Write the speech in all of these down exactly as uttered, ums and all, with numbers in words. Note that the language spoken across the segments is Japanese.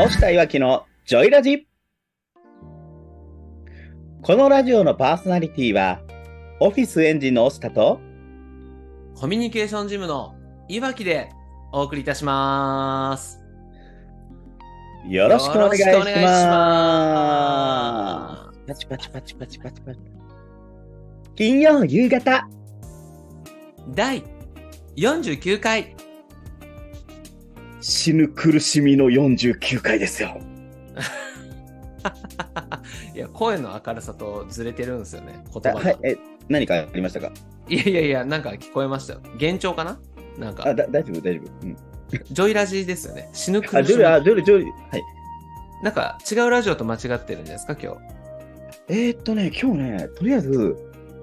押田いわきのジョイラジ。このラジオのパーソナリティはオフィスエンジンの押田とコミュニケーションジムのいわきでお送りいたします。 よろしくお願いします。 ますパチパチパチパチパチパチ。金曜夕方だいよんじゅうきゅうかい。 死ぬ苦しみのよんじゅうきゅうかいですよ。 いや、声の明るさとずれてるんですよね、言葉が。 はい、え、何かありましたか？ いやいやいや、なんか聞こえましたよ。幻聴かななんか。 あ、だ大丈夫大丈夫。うん。 ジョイラジですよね。死ぬ苦しみ。 あ、ジョイ、あ、ジョイ、ジョイ、はい。 なんか違うラジオと間違ってるんじゃないですか、今日。 えー、っとね、今日ね、とりあえず、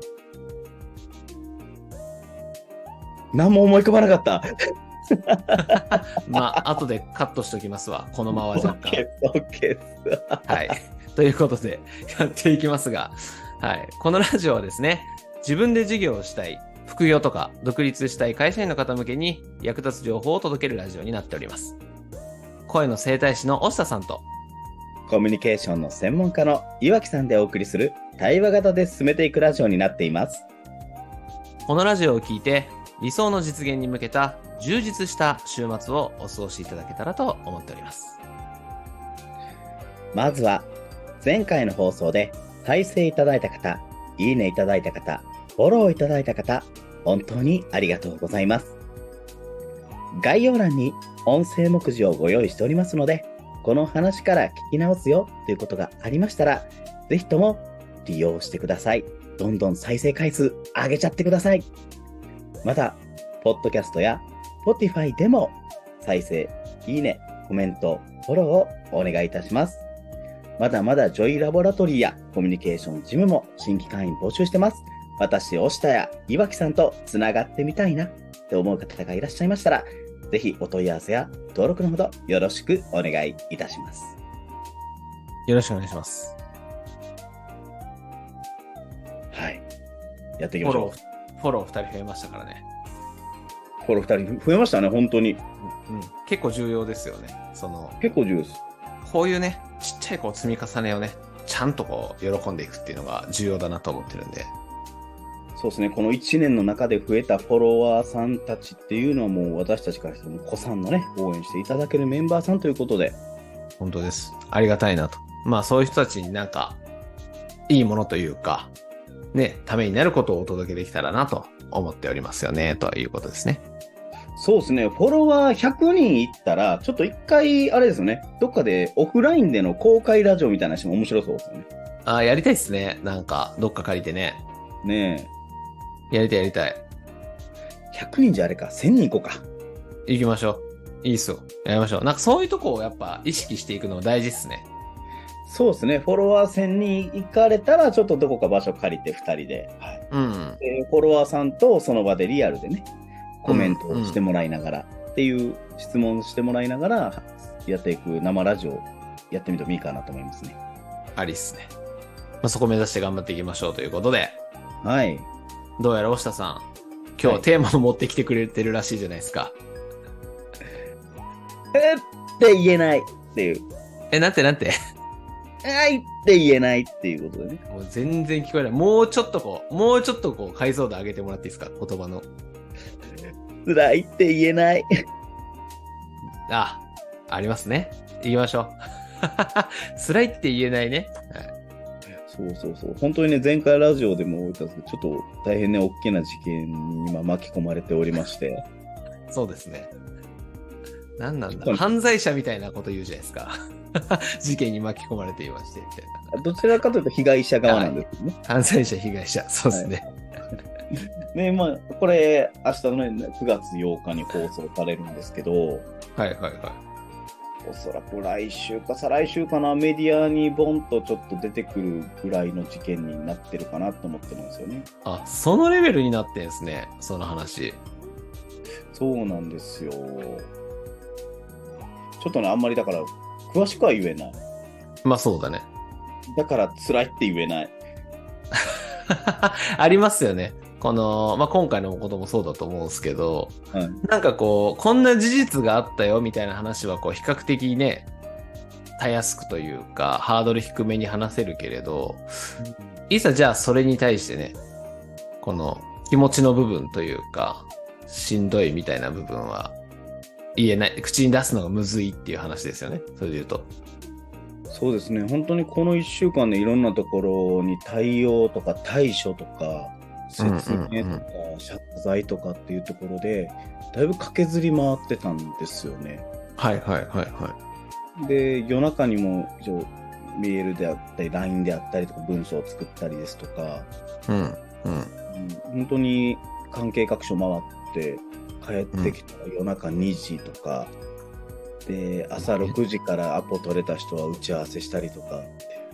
何も思い浮かばなかった。 まあ、後でカットしておきますわ、このまま若干。 オッケー、オッケー。 はい。ということで、やっていきますが、はい。このラジオはですね、自分で事業をしたい、副業とか独立したい会社員の方向けに役立つ情報を届けるラジオになっております。声の整体師の押田さんと、 コミュニケーションの専門家の岩木さんでお送りする対話型で進めていくラジオになっています。 このラジオを聞いて、理想の実現に向けた充実した週末をお過ごしいただけたらと思っております。 まずは前回の放送で再生いただいた方、いいねいただいた方、フォローいただいた方、本当にありがとうございます。概要欄に音声目次をご用意しておりますので、この話から聞き直すよということがありましたら、ぜひとも利用してください。どんどん再生回数上げちゃってください。また、ポッドキャストや Spotify でも再生、いいね、コメント、フォローをお願いいたします。まだまだジョイラボラトリーやコミュニケーションジムも新規会員募集してます。私、押田や岩木さんとつながってみたいなって思う方がいらっしゃいましたら、ぜひお問い合わせや登録のほどよろしくお願いいたします。 よろしくお願いします。 はい。やっていきましょう。 フォロー、フォローふたり増えましたからね。 フォローふたり増えましたね、本当に。 うん、結構重要ですよね。その結構重要です。 こういうね、ちっちゃいこう積み重ねをね、ちゃんとこう喜んでいくっていうのが重要だなと思ってるんで。 そうですね、このいちねんの中で増えたフォロワーさんたちっていうのはもう私たちからしても子さんのね、応援していただけるメンバーさんということで。 本当です。ありがたいなと。まあそういう人たちになんか、いいものというか、ね、ためになることをお届けできたらなと思っておりますよね、ということですね。 そうですね、フォロワーひゃくにんいったら、ちょっと一回、あれですよね、どっかでオフラインでの公開ラジオみたいな話も面白そうですよね。 ああ、やりたいですね。なんか、どっか借りてね。 ねえ。やりたいやりたい。 ひゃくにんじゃあれか、せんにん行こうか。 行きましょう。いいっすよ。やりましょう。なんかそういうとこをやっぱ意識していくの大事っすね。 そうですね、フォロワーせんにん行かれたら、ちょっとどこか場所借りてふたりで、はい、 うん。 でフォロワーさんとその場でリアルでね、コメントをしてもらいながら、うんうん、っていう質問してもらいながらやっていく生ラジオやってみてもいいかなと思いますね。 ありっすね。まあ、そこ目指して頑張っていきましょうということで。 はい。 どうやら押田さん、今日テーマを持ってきてくれてるらしいじゃないですか。 えって言えないっていう。 え、なんてなんてはいって言えないっていうことでね。 もう全然聞こえない。もうちょっとこう、もうちょっとこう解像度上げてもらっていいですか、言葉の。 辛いって言えない。 あ、ありますね。言いましょう。辛いって言えないね。はい、 そうそうそう。本当にね、前回ラジオでも言ったんですけど、ちょっと大変ね、大きな事件に今巻き込まれておりまして。 そうですね。なんなんだ。犯罪者みたいなこと言うじゃないですか。事件に巻き込まれていまして、みたいな。 どちらかというと被害者側なんですね。 犯罪者、被害者。そうですね。はいね、まあ、これ、明日のね、くがつようかに放送されるんですけど、 はいはいはい。 おそらく来週か再来週かな、メディアにボンとちょっと出てくるぐらいの事件になってるかなと思ってるんですよね。 あ、そのレベルになってんですね、その話。 そうなんですよ。ちょっとね、あんまりだから、詳しくは言えない。 まあそうだね。 だから辛いって言えない。 ありますよね。この、まあ、今回のこともそうだと思うんですけど、 はい、 なんかこう、こんな事実があったよみたいな話はこう比較的ね、 たやすくというか、ハードル低めに話せるけれど、いざじゃあそれに対してね、この気持ちの部分というか、しんどいみたいな部分は言えない、口に出すのがむずいっていう話ですよね。それで言うと。 そうですね。本当にこのいっしゅうかんでいろんなところに対応とか対処とか説明とか謝罪とかっていうところでだいぶ駆けずり回ってたんですよね。 はいはいはいはで、夜中にも一応メールであったり ライン であったりとか文章を作ったりですとか、 い。うんうん。 うん本当に関係各所回って帰ってきたら夜中にじとか、で朝ろくじからアポ取れた人は打ち合わせしたりとか。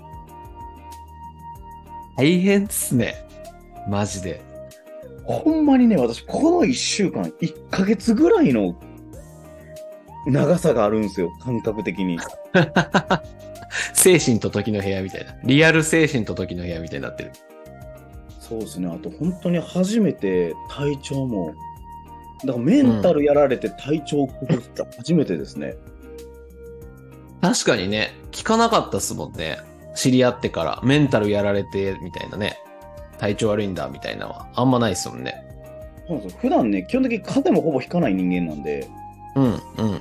大変っすね。マジで。 ほんまにね、私このいっしゅうかんいっかげつぐらいの長さがあるんですよ、感覚的に。 精神と時の部屋みたいな。リアル精神と時の部屋みたいになってる。 そうですね。あと本当に初めて体調もだからメンタルやられて体調を崩した初めてですね。 確かにね、聞かなかったっすもんね。知り合ってからメンタルやられてみたいなね。体調悪いんだみたいなのはあんまないっすもんね。 そうなんですよ。普段ね、基本的に風邪もほぼひかない人間なんで、 うんうんうん。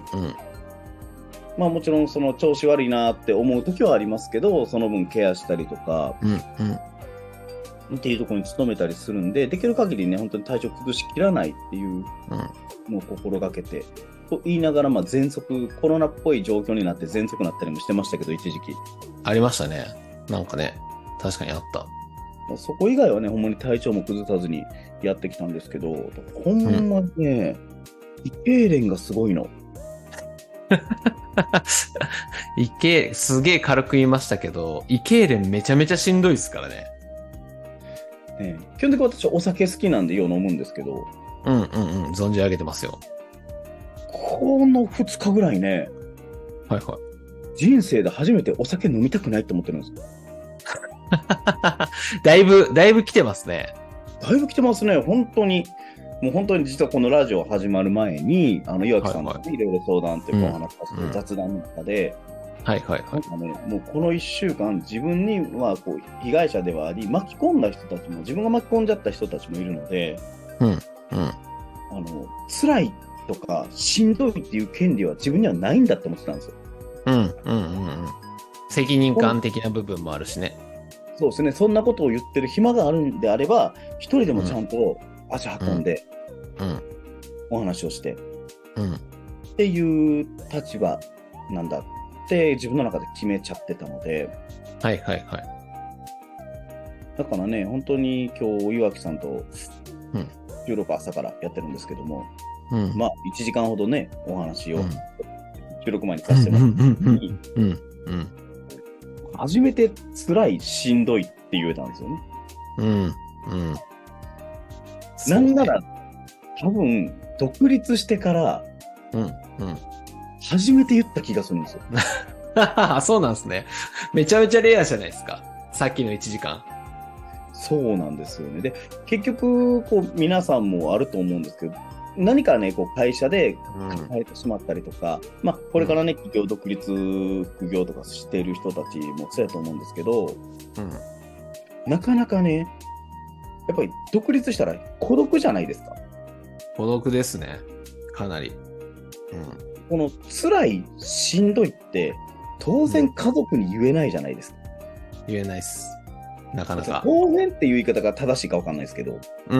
まあもちろんその調子悪いなって思う時はありますけど、その分ケアしたりとかうんうんっていうところに努めたりするんで、できる限りね、本当に体調崩しきらないっていううん。 のを心がけて、と言いながら、まあ喘息、コロナっぽい状況になって喘息になったりもしてましたけど、一時期。 ありましたね。なんかね、確かにあった。 そこ以外はね、ほんまに体調も崩さずにやってきたんですけど、ほんまにね、胃痙攣がすごいの。 胃痙、すげえ軽く言いましたけど、胃痙攣めちゃめちゃしんどいですからね。 ね、基本的に私お酒好きなんでよう飲むんですけど、 うんうんうん、存じ上げてますよ。 このふつかぐらいね、 はいはい。 人生で初めてお酒飲みたくないって思ってるんですよ。 だいぶ、だいぶ来てますね。 だいぶ来てますね、本当に。もう本当に実はこのラジオ始まる前に、あの岩木さんと、ねはいはい、いろいろ相談っていうかお話しさせて、うん、雑談の中で、 はいはいはい。 なんかね、もうこのいっしゅうかん、自分にはこう被害者ではあり、巻き込んだ人たちも、自分が巻き込んじゃった人たちもいるので、 うんうん、 あの辛いとかしんどいっていう権利は自分にはないんだって思ってたんですよ。 うんうんうんうん。責任感的な部分もあるしね。 そうですね。そんなことを言ってる暇があるんであれば、一人でもちゃんと足運んで、 うんうん、 お話をして、 うん、 っていう立場なんだって自分の中で決めちゃってたので、 はいはいはい。 だからね、本当に今日岩木さんとうん収録朝からやってるんですけども、 うん、 まあいちじかんほどねお話を、 うん、 収録前にさせてもらった時に、初めて辛いしんどいって言えたんですよね。 うんうん。 なんなら多分独立してから、 うんうん、 初めて言った気がするんですよ。 そうなんですね。めちゃめちゃレアじゃないですか。さっきのいちじかん。 そうなんですよね。で、結局こう皆さんもあると思うんですけど、何かねこう会社で抱えてしまったりとか、うん、まあこれからね企業独立副業とかしている人たちもそうやと思うんですけど、 うん、 なかなかねやっぱり独立したら孤独じゃないですか。 孤独ですね。かなり。うん、 この辛いしんどいって当然家族に言えないじゃないですか。 うん、言えないっす。なかなか。 当然っていう言い方が正しいか分かんないですけど。 うん。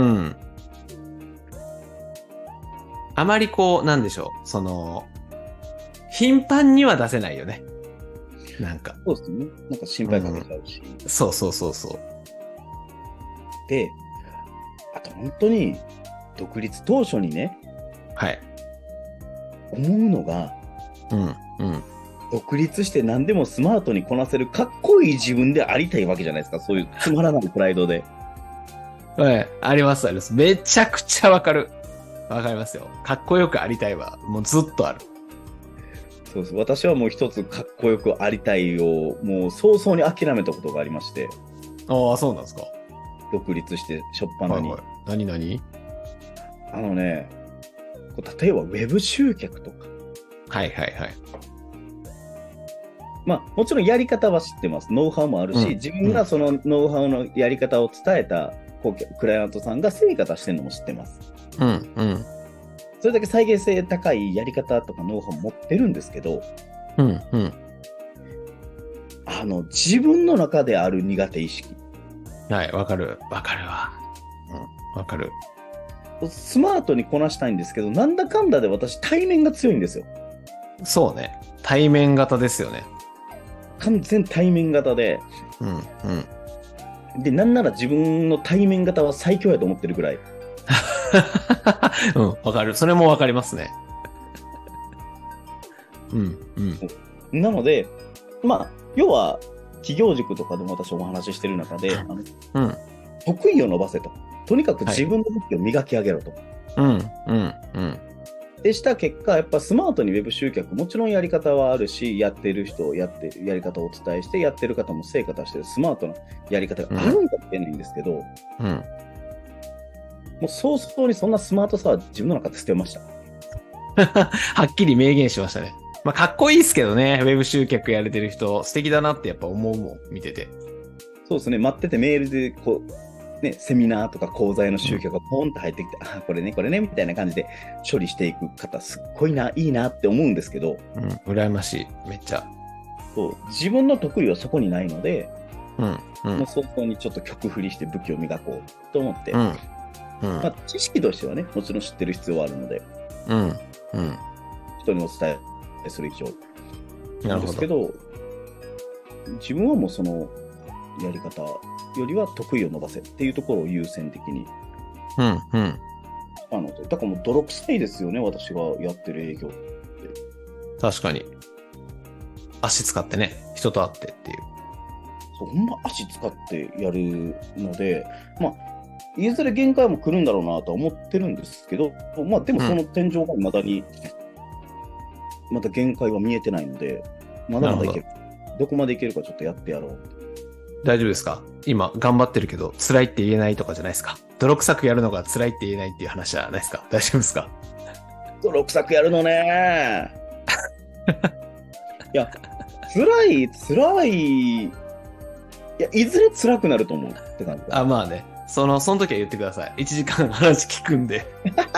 あまりこう、なんでしょう。その、頻繁には出せないよね。なんか。 そうですね。なんか心配かけちゃうし。 うん、そうそうそうそう。 で、あと本当に独立当初にね、 はい。 思うのが、 うんうん。 独立して何でもスマートにこなせるかっこいい自分でありたいわけじゃないですか。そういうつまらないプライドで。 はい、ありますあります。めちゃくちゃわかる。わかりますよ。かっこよくありたいはもうずっとある。 そうです。私はもう一つかっこよくありたいをもう早々に諦めたことがありまして。 ああ、そうなんですか。 独立してしょっぱなに。 はいはい、何何？ あのね、例えばウェブ集客とか。 はいはいはい。 まあ、もちろんやり方は知ってます。ノウハウもあるし、 うん自分がそのノウハウのやり方を伝えたこうクライアントさんが成果出してるのも知ってます。 うんうんそれだけ再現性高いやり方とかノウハウ持ってるんですけど、 うんうんあの、自分の中である苦手意識。 はいわかるわかるわうんわかるスマートにこなしたいんですけど、なんだかんだで私対面が強いんですよ。 そうね対面型ですよね完全対面型で。 うんうんで、なんなら自分の対面型は最強やと思ってるぐらい。 うん、わかる。それもわかりますね。うん、うん。 なので、まあ、要は、企業塾とかでも私お話ししてる中で、あのうん、 得意を伸ばせと。とにかく自分の武器を磨き上げろと。 うん、うん、うん。 でした結果、やっぱスマートにウェブ集客、もちろんやり方はあるし、やってる人をやってる、やり方をお伝えして、やってる方も成果出してるスマートなやり方があるんかもしれないんですけど、 うん、 もう早々にそんなスマートさは自分の中で捨てました。 はっきり明言しましたね。まあ、かっこいいですけどね、ウェブ集客やれてる人、素敵だなってやっぱ思うもん、見てて。 そうですね、待っててメールでこう、ね、セミナーとか講座への集客がポンと入ってきて、うん、あ、これね、これね、みたいな感じで処理していく方、すっごいな、いいなって思うんですけど、 うん、羨ましい、めっちゃ。 そう自分の得意はそこにないので、 うん、うん。 もう早々にちょっと曲振りして武器を磨こうと思って、 うん、うん。 まあ、知識としてはね、もちろん知ってる必要はあるので、 うん、うん。 人にお伝えする以上なるほど。 なんですけど、自分はもうそのやり方よりは得意を伸ばせっていうところを優先的にうん、うん。 したので、だからもう泥臭いですよね、私がやってる営業って。 確かに。足使ってね、人と会ってっていう。 そんな足使ってやるので、まあ、いずれ限界も来るんだろうなとは思ってるんですけど、まあ、でもその天井がまだに、うん、まだ限界は見えてないので、まだまだいける。どこまでいけるかちょっとやってやろう。 大丈夫ですか？今頑張ってるけど辛いって言えないとかじゃないですか？泥臭くやるのが辛いって言えないっていう話じゃないですか？大丈夫ですか？ 泥臭くやるのねいや、辛い、辛い、いや、いずれ辛くなると思うって感じ。 あ、まあね。その、その時は言ってください。いちじかん話聞くんで。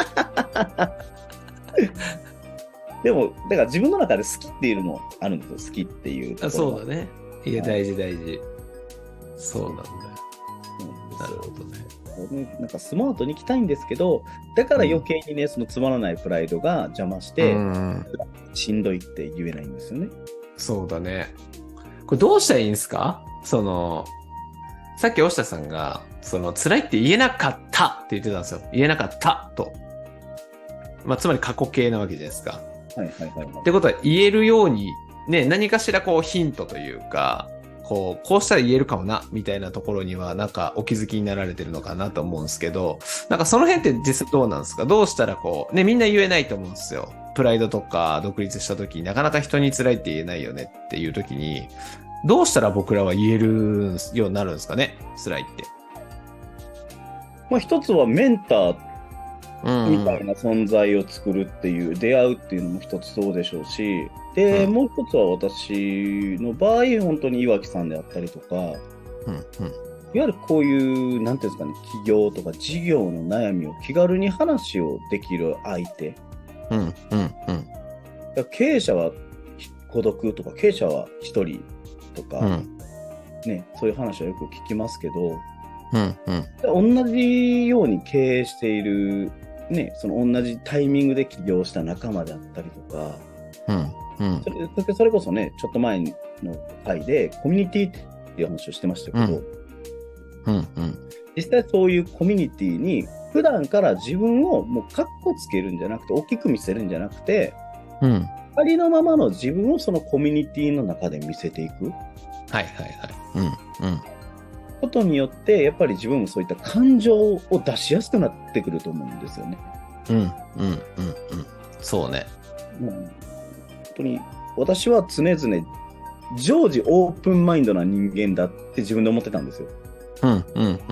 でも、だから自分の中で好きっていうのもあるんですよ。好きっていうところ。 そうだね。いや、大事大事。そうなんだよ。 うん、 なるほどね。 なんかスマートに行きたいんですけど、だから余計にね、そのつまらないプライドが邪魔して、うん、しんどいって言えないんですよね。 そうだね。これどうしたらいいんですか？その、さっき押下さんが、その、辛いって言えなかったって言ってたんですよ。言えなかったと。まあ、つまり過去形なわけじゃないですか。 はいはいはい、はい。 ってことは言えるように、ね、何かしらこうヒントというか、こう、こうしたら言えるかもな、みたいなところには、なんかお気づきになられてるのかなと思うんですけど、なんかその辺って実際どうなんですか？どうしたらこう、ね、みんな言えないと思うんですよ。プライドとか独立した時になかなか人に辛いって言えないよねっていう時に、どうしたら僕らは言えるようになるんですかね？辛いって。 まあ一つはメンターみたいな存在を作るっていう、うん、出会うっていうのも一つそうでしょうし、で、うん、もう一つは私の場合、本当に岩木さんであったりとか、うんうん、いわゆるこういう、なんていうんですかね、企業とか事業の悩みを気軽に話をできる相手。 うんうんうん、 経営者は孤独とか、経営者は一人とか、うん、ね、そういう話はよく聞きますけど、 うんうん、 同じように経営している、ね、その同じタイミングで起業した仲間であったりとか、 うんうん、 それ、それこそね、ちょっと前の回でコミュニティっていう話をしてましたけど、 うんうんうん、 実際そういうコミュニティに普段から自分をもうカッコつけるんじゃなくて、大きく見せるんじゃなくて、 うん、 ありのままの自分をそのコミュニティの中で見せていく。 はいはいはい。うんうん。 ことによって、やっぱり自分もそういった感情を出しやすくなってくると思うんですよね。 うんうんうんうん。そうね。 もう本当に私は常々常時オープンマインドな人間だって自分で思ってたんですよ。 うんうんうん。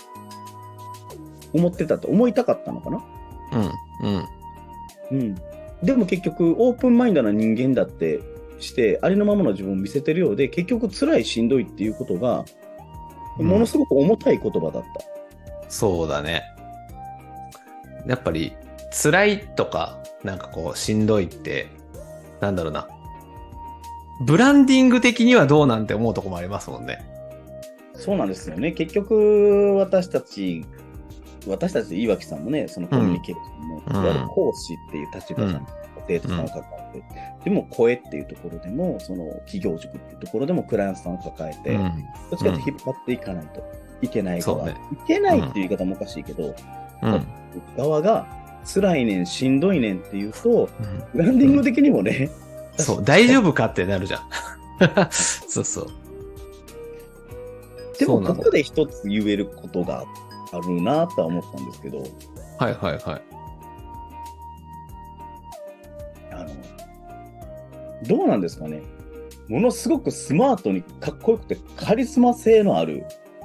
思ってたと思いたかったのかな。 うんうん。 うん。でも結局オープンマインドな人間だってしてありのままの自分を見せてるようで、結局辛いしんどいっていうことがものすごく重たい言葉だった、 うん、そうだね。やっぱり辛いとかなんかこうしんどいってなんだろうな、ブランディング的にはどうなんて思うとこもありますもんね。 そうなんですよね。結局私たち私たち岩城さんもね、そのコミュニケーションの、うん、いわゆる講師っていう立場じゃん、生徒さんを抱えて、うん、でも声っていうところでも、その企業塾っていうところでもクライアントさんを抱えて、うん、どっちかって引っ張っていかないといけない側、ね、いけないっていう言い方もおかしいけど、うん、側が辛いねんしんどいねんっていうと、ブランディング的にもね、 うん、そう大丈夫かってなるじゃんそうそう。 でもここで一つ言えることがあるなとは思ったんですけど、 はいはいはい。 あのどうなんですかね。ものすごくスマートにかっこよくてカリスマ性のある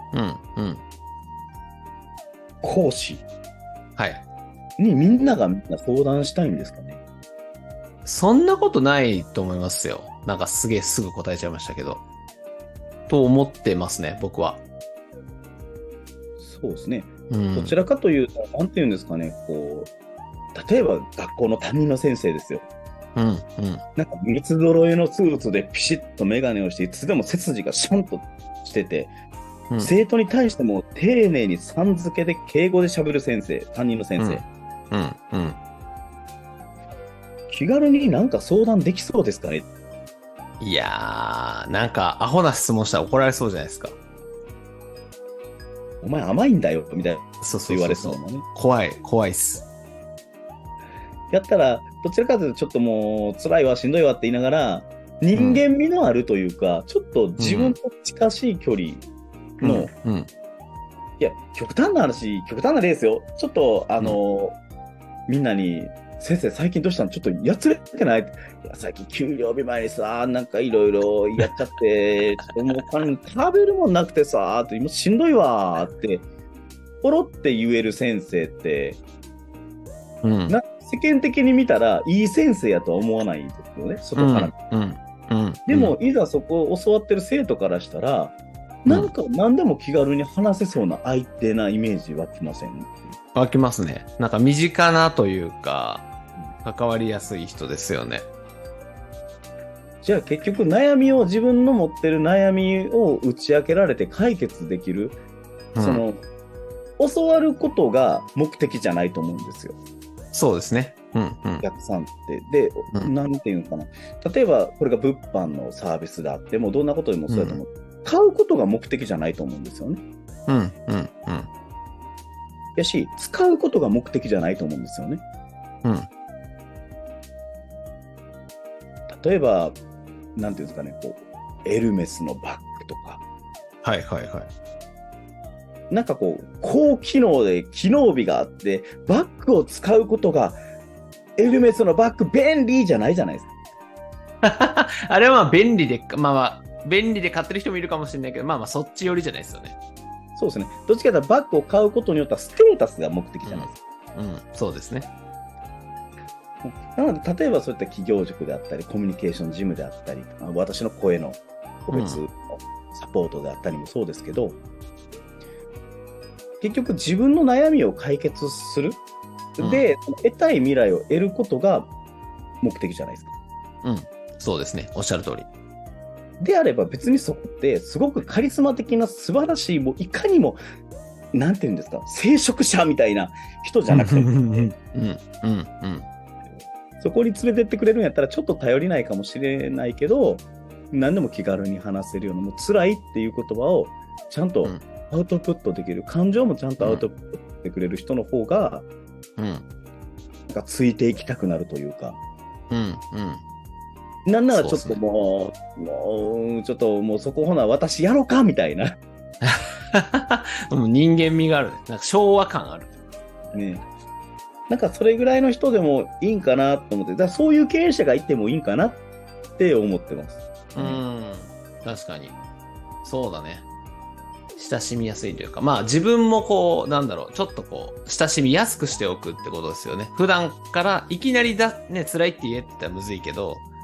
講師にみんながみんな相談したいんですかね。 そんなことないと思いますよ。なんかすげえすぐ答えちゃいましたけど。と思ってますね、僕は。 そうですね。うん、どちらかというと、なんていうんですかね、こう、例えば学校の担任の先生ですよ。 うんうん、 なんか三つ揃いのスーツでピシッと眼鏡をして、いつでも背筋がシャンとしてて、うん、生徒に対しても丁寧にさん付けで敬語で喋る先生、担任の先生。 うんうんうん、 気軽になんか相談できそうですかね。 いやー、なんかアホな質問したら怒られそうじゃないですか。 お前甘いんだよみたいなそうそう言われそうなね。 怖い怖いっす。 やったらどちらかというとちょっともう辛いわしんどいわって言いながら人間味のあるというか、うん、ちょっと自分と近しい距離の、 うんうん、いや極端な話極端な例ですよ。ちょっとあの、うん、みんなに先生最近どうしたのちょっとやつれてない？いや最近給料日前にさなんかいろいろやっちゃってちょっともう食べるもんなくてさって今しんどいわってポロって言える先生って、 うん、 な世間的に見たらいい先生やとは思わないんですよね、外から、 うんうんうん、 でもいざそこを教わってる生徒からしたら、うん、なんか何でも気軽に話せそうな相手なイメージ湧きません？ 湧きますね。なんか身近なというか関わりやすい人ですよね。 じゃあ結局悩みを自分の持ってる悩みを打ち明けられて解決できる、うん、その教わることが目的じゃないと思うんですよ。 そうですね。うんうん、 お客さんってで、うん、なんていうのかな、例えばこれが物販のサービスであってもどんなことでもそうだと思う、うん、買うことが目的じゃないと思うんですよね。 うんうんうん。 やし使うことが目的じゃないと思うんですよね。 うん。 例えばなんていうんですかね、こうエルメスのバッグとか、 はいはいはい。 なんかこう高機能で機能美があってバッグを使うことがエルメスのバッグ便利じゃないじゃないですか。あれはまあ便利でまあまあ便利で買ってる人もいるかもしれないけど、まあまあそっち寄りじゃないですよね。 そうですね。どっちかというとバッグを買うことによってはステータスが目的じゃないですか。 うん、うん、そうですね。 なので例えばそういった企業塾であったりコミュニケーションジムであったり私の声の個別のサポートであったりもそうですけど、うん、結局自分の悩みを解決する、うん、で得たい未来を得ることが目的じゃないですか。 うん、そうですね。おっしゃる通り。 であれば別にそこってすごくカリスマ的な素晴らしいもういかにもなんていうんですか聖職者みたいな人じゃなくて、うんうんうん、そこに連れてってくれるんやったらちょっと頼りないかもしれないけど何でも気軽に話せるようなもう辛いっていう言葉をちゃんとアウトプットできる、うん、感情もちゃんとアウトプットしてくれる人の方が、うん、なんかついていきたくなるというか、 うんうんなんならちょっともう、ね、もうちょっともうそこほな私やろうかみたいなもう人間味があるね。なんか昭和感あるね。なんかそれぐらいの人でもいいんかなと思って、だからそういう経営者がいてもいいんかなって思ってます。 うん、確かにそうだね。親しみやすいというか、まあ自分もこうなんだろうちょっとこう親しみやすくしておくってことですよね。普段からいきなりだね辛いって言えって言ったらむずいけど、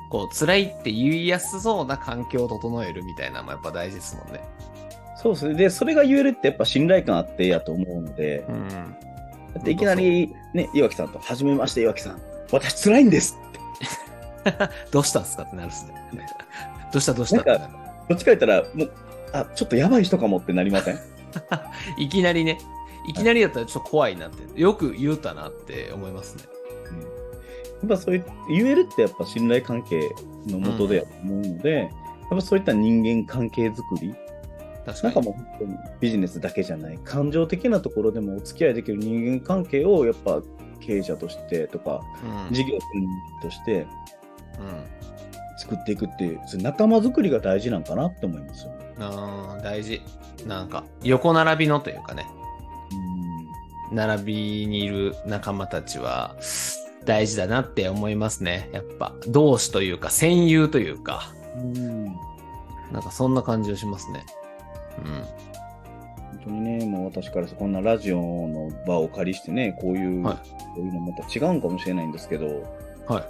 こう辛いって言いやすそうな環境を整えるみたいなのもやっぱ大事ですもんね。 そうですね。で、それが言えるってやっぱ信頼感あってやと思うので、 うん、 だっていきなりね、岩木さんと、はじめまして岩木さん、私辛いんですって。 どうしたんですかってなるっすね。どうしたどうしたってなる。 どっちか言ったら、もう、あ、ちょっとやばい人かもってなりません？ いきなりね、いきなりだったらちょっと怖いなって、よく言うたなって思いますね。 やっぱそういう、言えるってやっぱ信頼関係のもとでやと思うので、うん、やっぱそういった人間関係づくり、 確かに。 なんかもう本当にビジネスだけじゃない、感情的なところでもお付き合いできる人間関係をやっぱ経営者としてとか、うん、事業する人として作っていくっていう、うん、仲間づくりが大事なんかなって思いますよね。 あー、大事。なんか横並びのというかね、うん、並びにいる仲間たちは大事だなって思いますね。やっぱ同志というか戦友というか、うん、なんかそんな感じをしますね。うん、 本当にね、もう私からこんなラジオの場を借りしてね、こういう、はい、こういうのまた違うんかもしれないんですけど、 はい、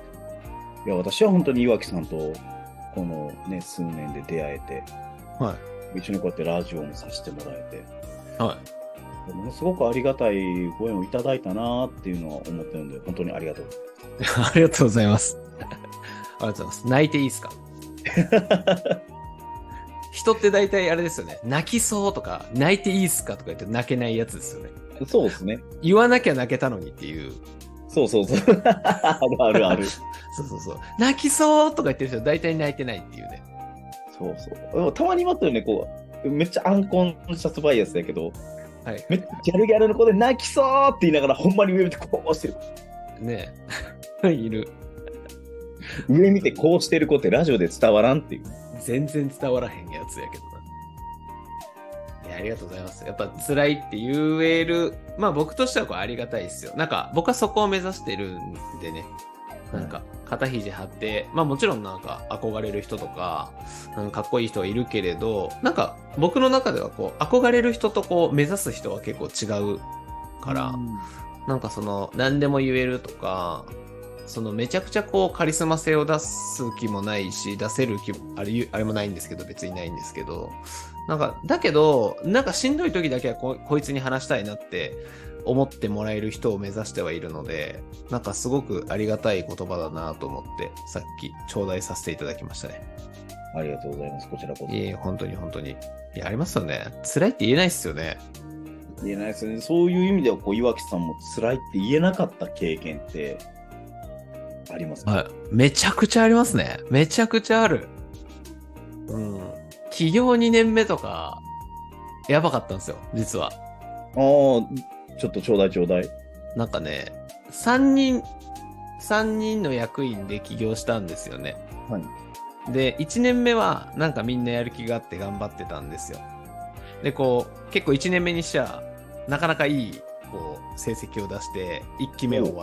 いや私は本当に岩木さんとこのね数年で出会えて、 はい、 一緒にこうやってラジオもさせてもらえて、はい、 ものすごくありがたいご縁をいただいたなっていうのは思ってるんで、本当にありがとう。 ありがとうございます。ありがとうございます。泣いていいですか？人って大体あれですよね。泣きそうとか、泣いていいっすかとか言って泣けないやつですよね。 そうですね。 言わなきゃ泣けたのにっていう。 そうそうそう。あるあるある。 そうそうそう。泣きそうとか言ってる人大体泣いてないっていうね。 そうそう。でもたまにいますよね、こう、めっちゃアンコンシャスバイアスだけど、はい、めっちゃギャルギャルの子で泣きそうって言いながら、ほんまに上見てこうしてる。 ねえ。いる。 上見てこうしてる子ってラジオで伝わらんっていう。 全然伝わらへんやつやけどな。いや、ありがとうございます。やっぱ辛いって言える、まあ僕としてはこうありがたいですよ。なんか僕はそこを目指してるんでね。なんか肩肘張って、まあもちろんなんか憧れる人とか、うん、かっこいい人はいるけれど、なんか僕の中ではこう憧れる人とこう目指す人は結構違うから、うん、なんかその何でも言えるとか、そのめちゃくちゃこうカリスマ性を出す気もないし、出せる気もあれ、あれもないんですけど、別にないんですけど、なんかだけどなんかしんどい時だけは こ, こいつに話したいなって思ってもらえる人を目指してはいるので、なんかすごくありがたい言葉だなと思ってさっき頂戴させていただきましたね。 ありがとうございます。こちらこそ。 いえ、本当に本当に。いや、ありますよね。辛いって言えないっすよね。 言えないですよね。そういう意味ではこう岩木さんも辛いって言えなかった経験ってありますか？ はい。めちゃくちゃありますね。めちゃくちゃある。うん。起業にねんめとかやばかったんですよ、実は。 ああ、ちょっとちょうだいちょうだい。 なんかね、さんにん、さんにんの役員で起業したんですよね。 はい。 で、いちねんめはなんかみんなやる気があって頑張ってたんですよ。で、こう、結構いちねんめにしちゃ、なかなかいい、こう、成績を出して、いっきめ終わって、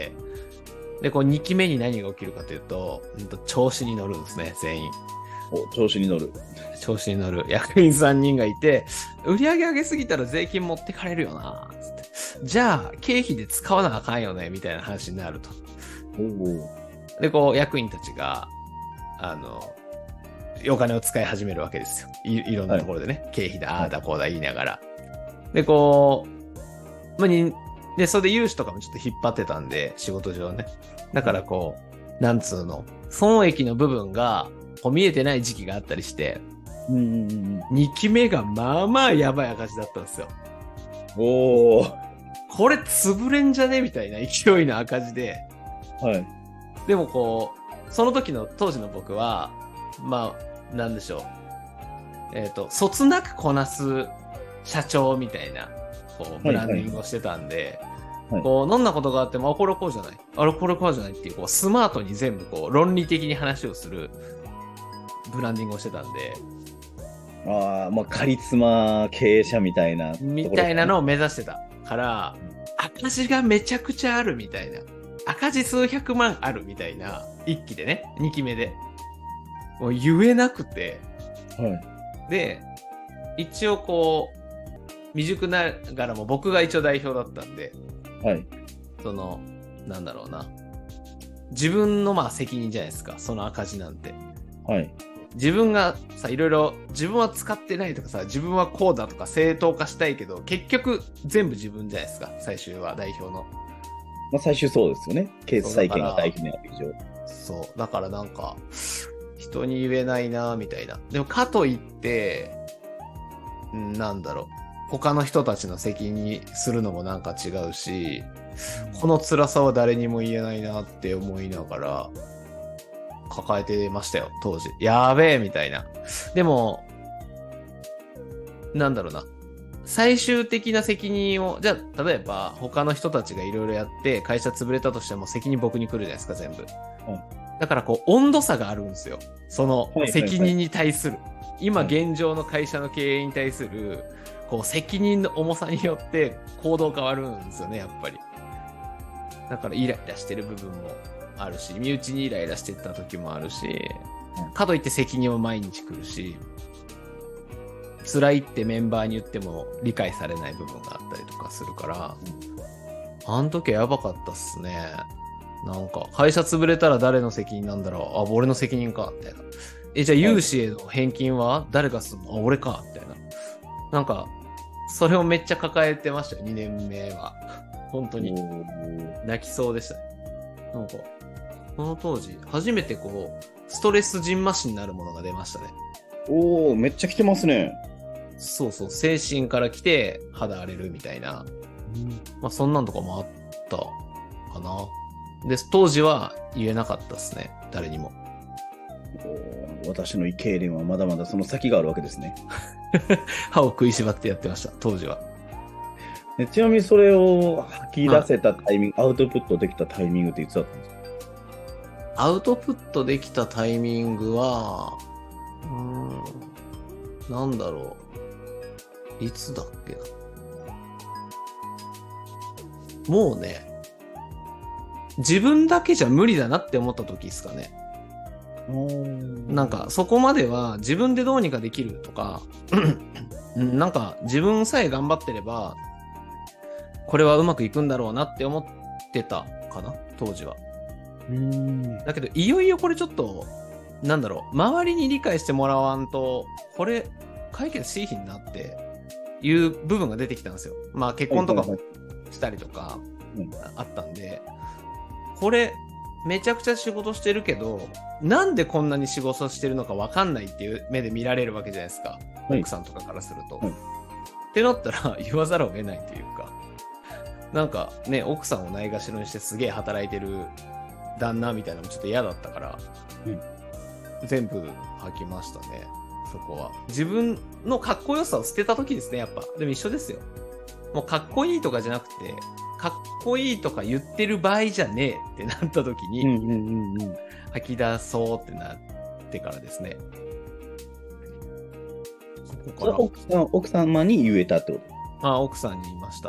で、こう、にきめに何が起きるかというと、うんと、調子に乗るんですね、全員。 お、調子に乗る。 調子に乗る役員さんにんがいて、売り上げ上げすぎたら税金持ってかれるよな、つって。じゃあ、経費で使わなあかんよね、みたいな話になると。 おで、こう、役員たちが、あの、お金を使い始めるわけですよ。い, いろんなところでね、はい、経費だ、ああだこうだ言いながら。で、こう、まあ、に、で、それで融資とかもちょっと引っ張ってたんで、仕事上ね。だからこう、なんつうの、損益の部分がこう見えてない時期があったりして、 うんうんうん、 にきめがまあまあやばい赤字だったんですよ。 おー。 これ潰れんじゃねみたいな勢いの赤字で。 はい。 でもこう、その時の当時の僕は、まあ、なんでしょう。えっと、そつなくこなす社長みたいな、こう、ブランディングをしてたんで、はいはい、こう、どんなことがあっても、あ、これこうじゃない。あれこれこうじゃないっていう、こう、スマートに全部こう、論理的に話をするブランディングをしてたんで。 ああ、まあ、カリスマ経営者みたいな。 みたいなのを目指してたから、赤字がめちゃくちゃあるみたいな。赤字数百万あるみたいな、一期でね、二期目で。もう言えなくて。 はい。 で、一応こう、未熟ながらも僕が一応代表だったんで、 はい。 その、なんだろうな。 自分のまあ責任じゃないですか、その赤字なんて。 はい。 自分がさ、いろいろ自分は使ってないとかさ、自分はこうだとか正当化したいけど、結局全部自分じゃないですか、最終は代表の。 まあ、最終そうですよね。決済権が代表にある以上。 そう。だからなんか、人に言えないな、みたいな。でもかといって、んなんだろう。他の人たちの責任にするのもなんか違うし、この辛さは誰にも言えないなって思いながら、抱えてましたよ、当時。やーべえ、みたいな。でも、なんだろうな。最終的な責任を、じゃあ、例えば、他の人たちがいろいろやって、会社潰れたとしても責任僕に来るじゃないですか、全部。うん、だから、こう、温度差があるんですよ。その、責任に対する。はいはいはい、今、現状の会社の経営に対する、こう、責任の重さによって行動変わるんですよね、やっぱり。だから、イライラしてる部分もあるし、身内にイライラしてた時もあるし、かといって責任は毎日来るし、辛いってメンバーに言っても理解されない部分があったりとかするから、あの時はやばかったっすね。なんか、会社潰れたら誰の責任なんだろう、あ、俺の責任か、みたいな。え、じゃあ融資への返金は誰がすんの、あ、俺か、みたいな。なんか、それをめっちゃ抱えてましたよ、にねんめは。本当に。泣きそうでしたね。なんか、この当時、初めてこう、ストレスジンマシンになるものが出ましたね。 おー、めっちゃ来てますね。 そうそう、精神から来て肌荒れるみたいな。うん、まあそんなんとかもあったかな。で、当時は言えなかったですね、誰にも。 お私の胃痙攣はまだまだその先があるわけですね。 歯を食いしばってやってました、当時は。 でちなみにそれを吐き出せたタイミング、アウトプットできたタイミングっていつだったんですか？ アウトプットできたタイミングは、うーん、なんだろう。いつだっけな。もうね、自分だけじゃ無理だなって思った時ですかね。なんかそこまでは自分でどうにかできるとかなんか自分さえ頑張ってればこれはうまくいくんだろうなって思ってたかな、当時は。うーんだけどいよいよこれちょっとなんだろう、周りに理解してもらわんとこれ解決しいひんなっていう部分が出てきたんですよ。まあ結婚とかもしたりとかあったんで、これめちゃくちゃ仕事してるけどなんでこんなに仕事してるのか分かんないっていう目で見られるわけじゃないですか、はい、奥さんとかからすると、はい、ってなったら言わざるを得ないというか、なんかね、奥さんをないがしろにしてすげえ働いてる旦那みたいなのもちょっと嫌だったから、うん、全部吐きましたね。そこは自分のかっこよさを捨てた時ですね、やっぱ。でも一緒ですよ。もうかっこいいとかじゃなくて、かっこいいとか言ってる場合じゃねえってなった時に、うんうんうんうん、吐き出そうってなってからですね。 そこから奥さん、奥様に言えたってこと？ あ、奥さんに言いました。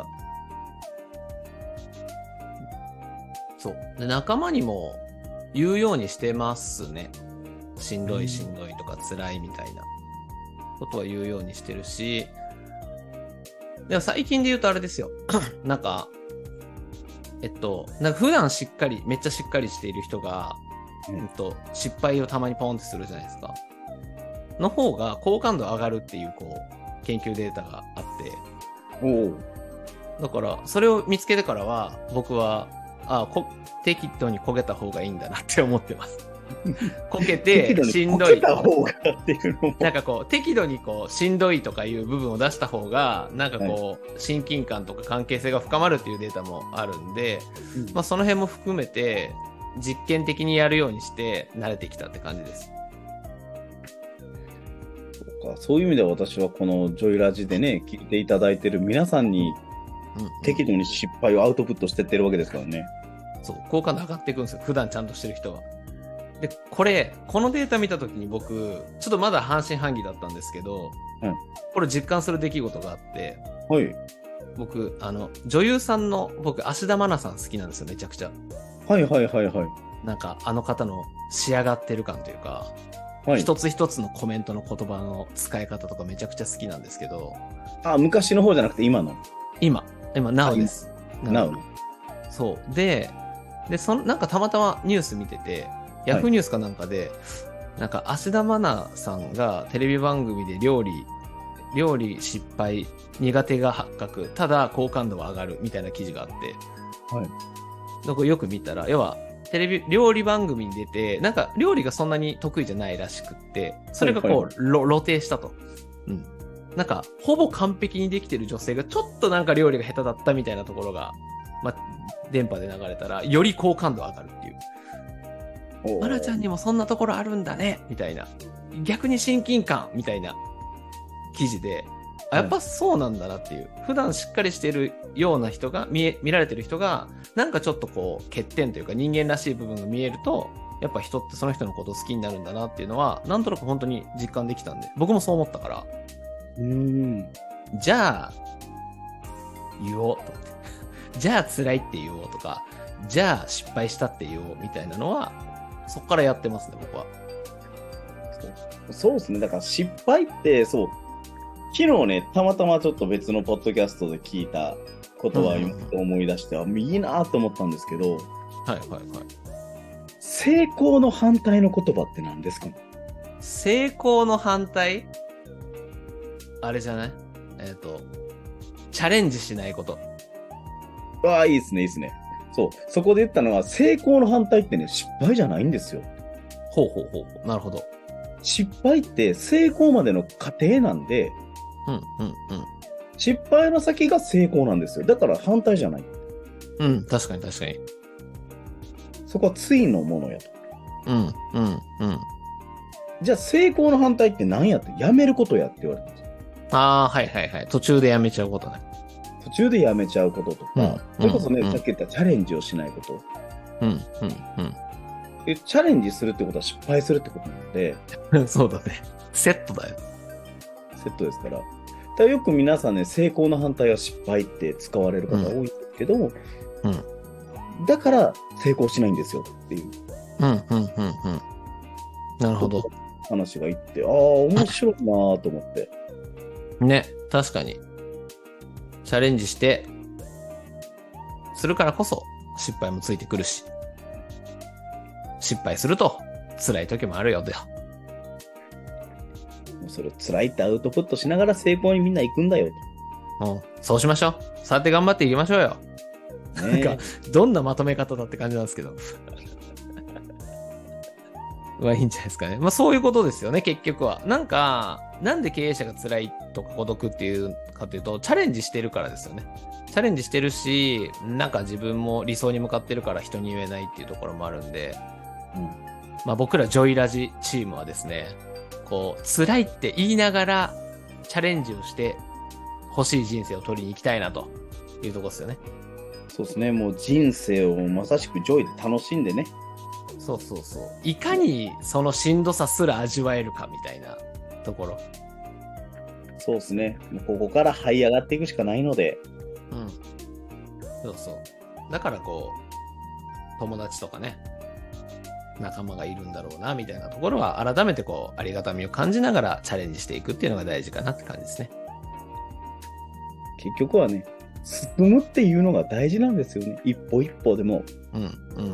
そうで、仲間にも言うようにしてますね。しんどいしんどいとか辛いみたいなことは言うようにしてるし、でも最近で言うとあれですよなんかえっとなんか普段しっかりめっちゃしっかりしている人が、うん、と失敗をたまにポンってするじゃないですかの方が好感度上がるっていうこう研究データがあって、おだからそれを見つけてからは僕はあこ適度に焦げた方がいいんだなって思ってますこけてしんどいなんかこう適度にこうしんどいとかいう部分を出した方がなんかこう、はい、親近感とか関係性が深まるっていうデータもあるんで、うんまあ、その辺も含めて実験的にやるようにして慣れてきたって感じです。 そうか、そういう意味では私はこのジョイラジでね聞いていただいてる皆さんに適度に失敗をアウトプットしてってるわけですからね。 そう好感度上がっていくんですよ、普段ちゃんとしてる人は。でこれこのデータ見たときに僕ちょっとまだ半信半疑だったんですけど、うん、これ実感する出来事があって、はい、僕あの女優さんの僕芦田愛菜さん好きなんですよ、めちゃくちゃ。 はいはいはいはい。 なんかあの方の仕上がってる感というか、はい、一つ一つのコメントの言葉の使い方とかめちゃくちゃ好きなんですけど。 あ、昔の方じゃなくて今の？ 今今なおです。 なお。 そうでで、そのなんかたまたまニュース見てて、ヤフーニュースかなんかで、なんか芦田愛菜さんがテレビ番組で料理、料理失敗、苦手が発覚、ただ好感度は上がるみたいな記事があって、 はい。 なんかよく見たら、要はテレビ料理番組に出て、なんか料理がそんなに得意じゃないらしくって、それがこう、 はいはい露呈したと。うん。なんか、ほぼ完璧にできてる女性がちょっとなんか料理が下手だったみたいなところが、まあ、電波で流れたら、より好感度上がるっていう。愛菜ちゃんにもそんなところあるんだねみたいな、逆に親近感みたいな記事で、あ、やっぱそうなんだなっていう、普段しっかりしてるような人が見え見られてる人がなんかちょっとこう欠点というか人間らしい部分が見えると、やっぱ人ってその人のことを好きになるんだなっていうのはなんとなく本当に実感できたんで、僕もそう思ったから、 うーん。 じゃあ言おうと思ってじゃあ辛いって言おうとか、じゃあ失敗したって言おうみたいなのはそこからやってますね、僕は。 そう、そうですね。だから失敗って、そう、昨日ね、たまたまちょっと別のポッドキャストで聞いた言葉を今思い出して、うんうん、あ、いいなと思ったんですけど、はいはいはい。 成功の反対の言葉って何ですかね？ 成功の反対？あれじゃない？えっと、チャレンジしないこと。 ああ、いいですね、いいですね。そう、そこで言ったのは、成功の反対ってね、失敗じゃないんですよ。 ほうほうほうほう。なるほど。 失敗って成功までの過程なんで、 うんうんうん。 失敗の先が成功なんですよ。だから反対じゃない。 うん、確かに確かに。 そこは対のものやと。 うんうんうん。 じゃあ成功の反対って何やって、やめることやって言われてます。 ああ、はいはいはい。途中でやめちゃうことね。 途中でやめちゃうこととか、 うん、 それこそね、 うん、 さっき言ったチャレンジをしないこと。 うんうんえ、チャレンジするってことは失敗するってことなので、 うん。そうだね。セットだよ。 セットですから。だからよく皆さんね、成功の反対は失敗って使われる方多いんですけど、うん、だから成功しないんですよっていう。 うんうんうんうん。なるほど。 話がいって、ああ、面白いなと思って。 ね、確かに。チャレンジして、するからこそ失敗もついてくるし、失敗すると辛い時もあるよだよ。 それを辛いってアウトプットしながら成功にみんな行くんだよと。うん、そうしましょう。そうやって頑張っていきましょうよ。ね、なんか、どんなまとめ方だって感じなんですけど。まあいいんじゃないですかね。まあそういうことですよね、結局は。なんか、なんで経営者が辛いとか孤独っていうかというと、チャレンジしてるからですよね。チャレンジしてるし、なんか自分も理想に向かってるから人に言えないっていうところもあるんで、うん、まあ僕らジョイラジチームはですね、こう、辛いって言いながらチャレンジをして欲しい人生を取りに行きたいなというところですよね。 そうですね、もう人生をまさしくジョイで楽しんでね。 そうそうそう。いかにそのしんどさすら味わえるかみたいなところ。 そうですね。もうここから這い上がっていくしかないので。 うん。そうそう。だからこう、友達とかね、仲間がいるんだろうなみたいなところは改めてこう、ありがたみを感じながらチャレンジしていくっていうのが大事かなって感じですね。 結局はね、進むっていうのが大事なんですよね。一歩一歩でも。 うん、うん。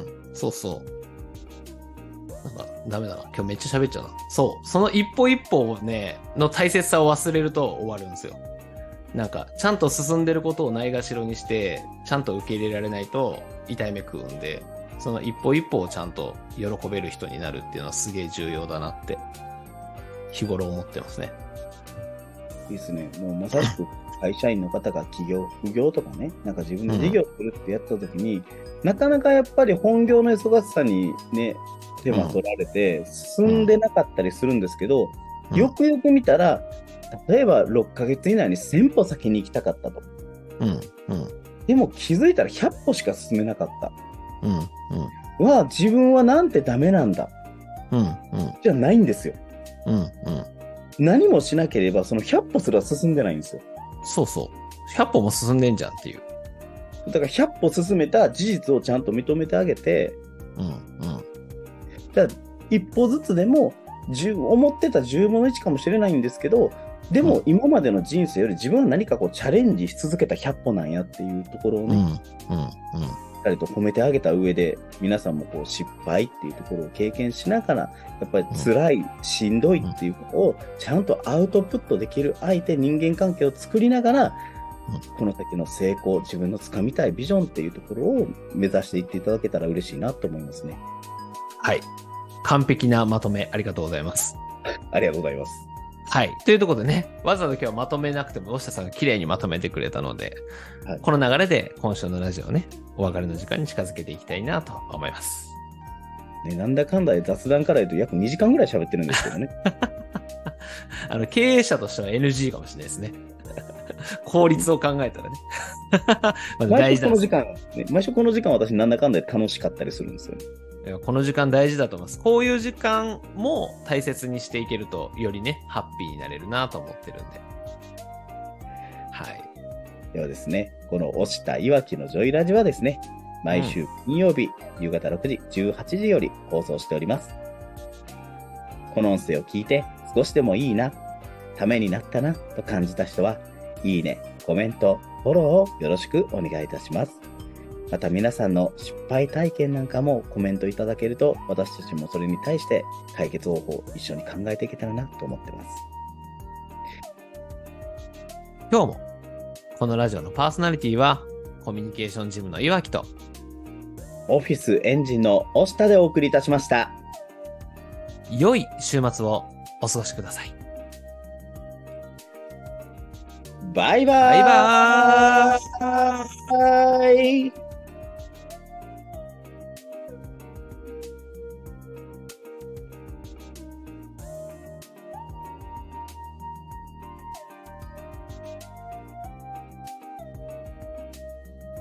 そうそう。なんかダメだな。今日めっちゃ喋っちゃうな。そう。その一歩一歩をね、の大切さを忘れると終わるんですよ。なんか、ちゃんと進んでることをないがしろにして、ちゃんと受け入れられないと痛い目食うんで、その一歩一歩をちゃんと喜べる人になるっていうのはすげえ重要だなって、日頃思ってますね。 いいですね。もうまさしく会社員の方が起業、副業とかね、なんか自分で事業するってやった時に、うん、なかなかやっぱり本業の忙しさにね、手間取られて進んでなかったりするんですけど、うん、よくよく見たら、例えばろっかげつ以内にせんぽ先に行きたかったと。 うんうん、 でも気づいたらひゃっぽしか進めなかった。 うんうん、 は自分はなんてダメなんだ、 うんうん、 じゃないんですよ。 うんうん、 何もしなければそのひゃっぽすら進んでないんですよ。 そうそう。ひゃっぽも進んでんじゃんっていう。 だからひゃっぽ進めた事実をちゃんと認めてあげて、 うんうん、 だから一歩ずつでも思ってたじゅうぶんのいちかもしれないんですけど、でも今までの人生より自分は何かこうチャレンジし続けたひゃっぽなんやっていうところをね、 うんうんうん、 っかりと褒めてあげた上で、皆さんもこう失敗っていうところを経験しながら、やっぱり辛い、しんどいっていうことをちゃんとアウトプットできる相手、人間関係を作りながら、この先の成功、自分の掴みたいビジョンっていうところを目指していっていただけたら嬉しいなと思いますね。 はい。完璧なまとめありがとうございます。 ありがとうございます。 はい。というところでね、わざわざ今日はまとめなくても、大下さんが綺麗にまとめてくれたので、はい、この流れで今週のラジオをね、お別れの時間に近づけていきたいなと思います。 ね、なんだかんだで雑談から言うと約にじかんぐらい喋ってるんですけどね。 あの、経営者としては エヌジー かもしれないですね。効率を考えたらね。ま毎週この時間、ね、毎週この時間私なんだかんだで楽しかったりするんですよね。 この時間大事だと思います。こういう時間も大切にしていけると、よりね、ハッピーになれるなと思ってるんで。はい。 ではですね、この押したいわきのジョイラジはですね、毎週金曜日、うん、夕方ろくじ、じゅうはちじより放送しております。この音声を聞いて少しでもいいな、ためになったなと感じた人は、いいね、コメント、フォローをよろしくお願いいたします。また皆さんの失敗体験なんかもコメントいただけると、私たちもそれに対して解決方法を一緒に考えていけたらなと思ってます。 今日もこのラジオのパーソナリティはコミュニケーションジムの岩木とオフィスエンジンの押下でお送りいたしました。 良い週末をお過ごしください。 バイバーイ。 バイバーイ。